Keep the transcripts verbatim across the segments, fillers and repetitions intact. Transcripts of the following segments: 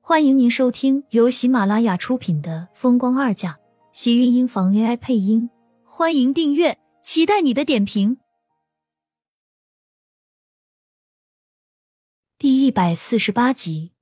欢迎您收听由喜马拉雅出品的《风光二嫁》，喜运音房 A I 配音。欢迎订阅，期待你的点评。第一百四十八集。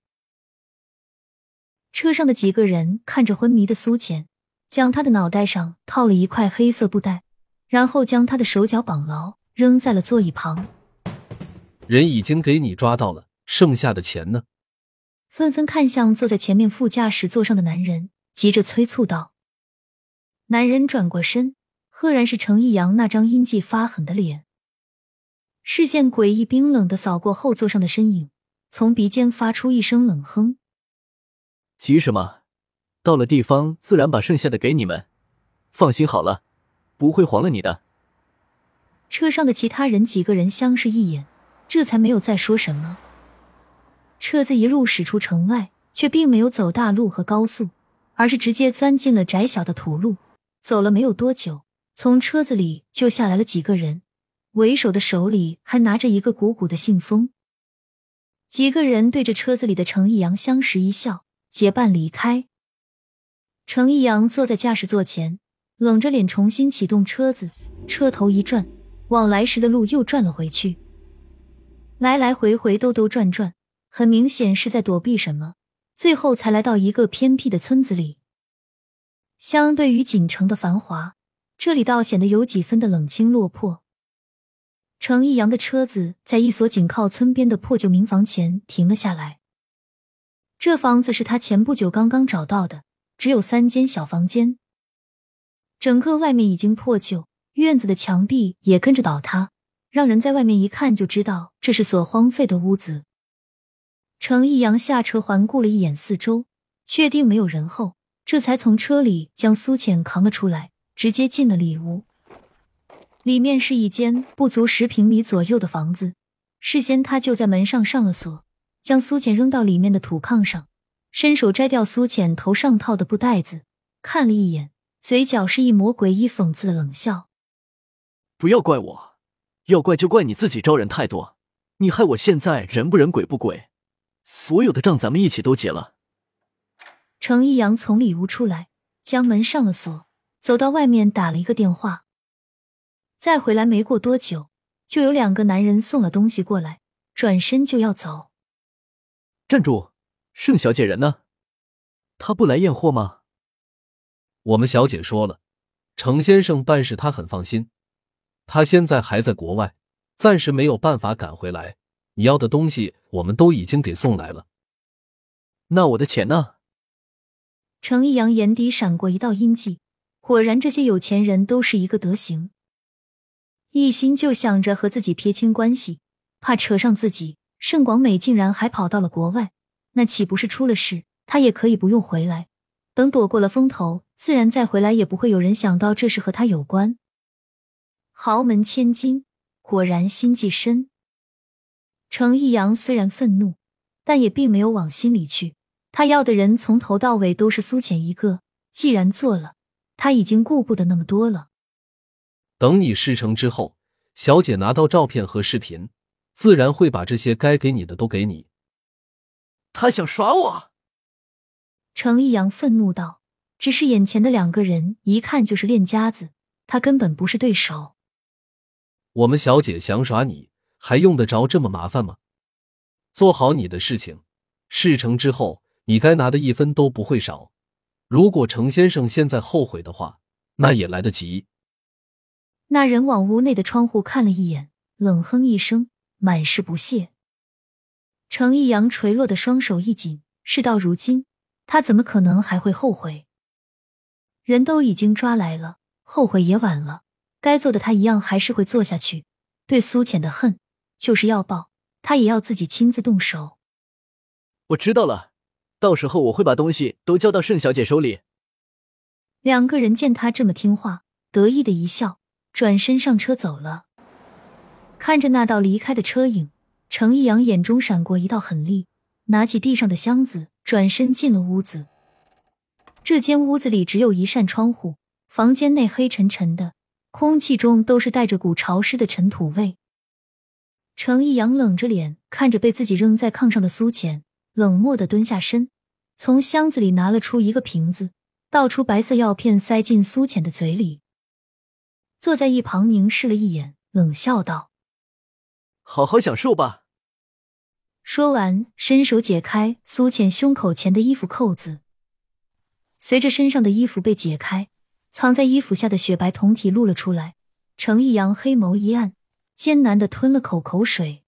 车上的几个人看着昏迷的苏浅，将他的脑袋上套了一块黑色布带，然后将他的手脚绑牢，扔在了座椅旁。 人已经给你抓到了，剩下的钱呢？ 纷纷看向坐在前面副驾驶座上的男人，急着催促道。男人转过身，赫然是程逸阳那张阴髻发狠的脸，视线诡异冰冷地扫过后座上的身影，从鼻尖发出一声冷哼。 急什么？到了地方自然把剩下的给你们，放心好了，不会黄了你的。 车上的其他人几个人相视一眼，这才没有再说什么。车子一路驶出城外，却并没有走大路和高速，而是直接钻进了窄小的土路。走了没有多久，从车子里就下来了几个人，为首的手里还拿着一个鼓鼓的信封。几个人对着车子里的程逸阳相视一笑，结伴离开。程逸阳坐在驾驶座前，冷着脸重新启动车子，车头一转，往来时的路又转了回去。来来回回兜兜转转，很明显是在躲避什么，最后才来到一个偏僻的村子里。相对于锦城的繁华，这里倒显得有几分的冷清落魄。程逸阳的车子在一所紧靠村边的破旧民房前停了下来。这房子是他前不久刚刚找到的，只有三间小房间。整个外面已经破旧，院子的墙壁也跟着倒塌，让人在外面一看就知道这是所荒废的屋子。程逸阳下车环顾了一眼四周，确定没有人后，这才从车里将苏浅扛了出来，直接进了里屋。里面是一间不足十平米左右的房子，事先他就在门上上了锁，将苏浅扔到里面的土炕上，伸手摘掉苏浅头上套的布袋子，看了一眼，嘴角是一抹诡异讽刺的冷笑。 不要怪我，要怪就怪你自己招人太多，你害我现在人不人鬼不鬼，所有的账咱们一起都结了。 程逸阳从里屋出来，将门上了锁，走到外面打了一个电话。再回来没过多久，就有两个男人送了东西过来，转身就要走。 站住，盛小姐人呢？她不来验货吗？ 我们小姐说了，程先生办事他很放心，他现在还在国外，暂时没有办法赶回来，你要的东西我们都已经给送来了。 那我的钱呢？ 程逸阳眼底闪过一道阴霁，果然这些有钱人都是一个德行，一心就想着和自己撇清关系，怕扯上自己。盛广美竟然还跑到了国外，那岂不是出了事他也可以不用回来，等躲过了风头，自然再回来也不会有人想到这事和他有关。豪门千金，果然心计深。程逸阳虽然愤怒，但也并没有往心里去，他要的人从头到尾都是苏浅一个，既然做了，他已经顾不得那么多了。 等你事成之后，小姐拿到照片和视频，自然会把这些该给你的都给你。 他想耍我！ 程逸阳愤怒道，只是眼前的两个人一看就是练家子，他根本不是对手。 我们小姐想耍你，还用得着这么麻烦吗？做好你的事情，事成之后，你该拿的一分都不会少。如果程先生现在后悔的话，那也来得及。 那人往屋内的窗户看了一眼，冷哼一声，满是不屑。程逸阳垂落的双手一紧，事到如今，他怎么可能还会后悔？人都已经抓来了，后悔也晚了，该做的他一样还是会做下去。对苏浅的恨，就是要报，他也要自己亲自动手。 我知道了，到时候我会把东西都交到盛小姐手里。 两个人见他这么听话，得意的一笑，转身上车走了。看着那道离开的车影，程逸阳眼中闪过一道狠厉，拿起地上的箱子，转身进了屋子。这间屋子里只有一扇窗户，房间内黑沉沉的，空气中都是带着股潮湿的尘土味。程逸阳冷着脸看着被自己扔在炕上的苏浅，冷漠地蹲下身， 从箱子里拿了出一个瓶子，倒出白色药片塞进苏浅的嘴里。坐在一旁凝视了一眼，冷笑道： 好好享受吧。 说完，伸手解开苏浅胸口前的衣服扣子。随着身上的衣服被解开，藏在衣服下的雪白酮体露了出来，程逸阳黑眸一暗，艰难地吞了口口水。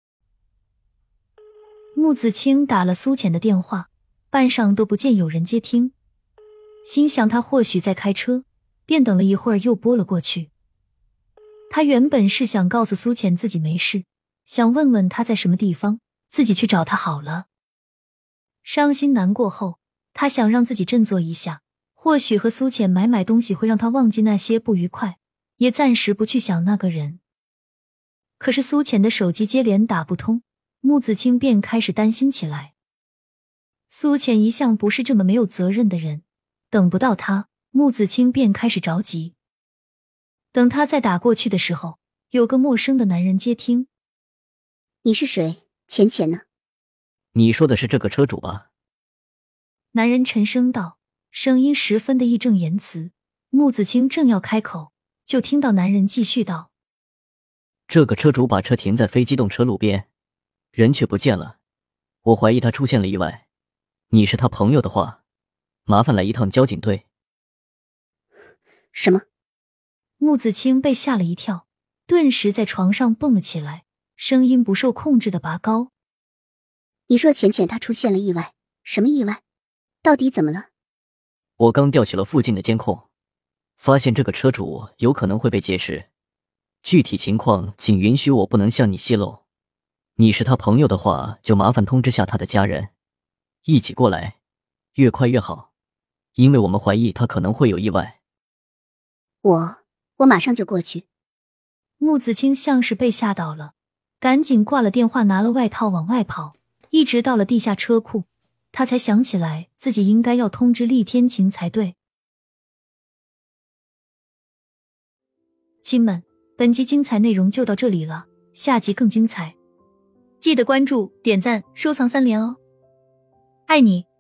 穆子清打了苏浅的电话，半晌都不见有人接听，心想他或许在开车，便等了一会儿又拨了过去。他原本是想告诉苏浅自己没事，想问问他在什么地方，自己去找他好了。伤心难过后，他想让自己振作一下，或许和苏浅买买东西会让他忘记那些不愉快，也暂时不去想那个人。可是苏浅的手机接连打不通，穆子清便开始担心起来。苏浅一向不是这么没有责任的人，等不到他，穆子清便开始着急。等他再打过去的时候，有个陌生的男人接听。 你是谁？浅浅呢？ 你说的是这个车主吧？ 男人沉声道，声音十分的义正言辞。穆子清正要开口，就听到男人继续道： 这个车主把车停在非机动车路边，人却不见了，我怀疑他出现了意外。你是他朋友的话，麻烦来一趟交警队。 什么？ 穆子清被吓了一跳，顿时在床上蹦了起来，声音不受控制的拔高。 你说浅浅她出现了意外？什么意外？到底怎么了？ 我刚调取了附近的监控，发现这个车主有可能会被劫持，具体情况仅允许我不能向你泄露。你是他朋友的话，就麻烦通知下他的家人，一起过来，越快越好，因为我们怀疑他可能会有意外。 我我马上就过去。 穆子清像是被吓到了，赶紧挂了电话，拿了外套往外跑，一直到了地下车库，他才想起来自己应该要通知厉天晴才对。亲们，本集精彩内容就到这里了，下集更精彩，记得关注、点赞、收藏三连哦！爱你。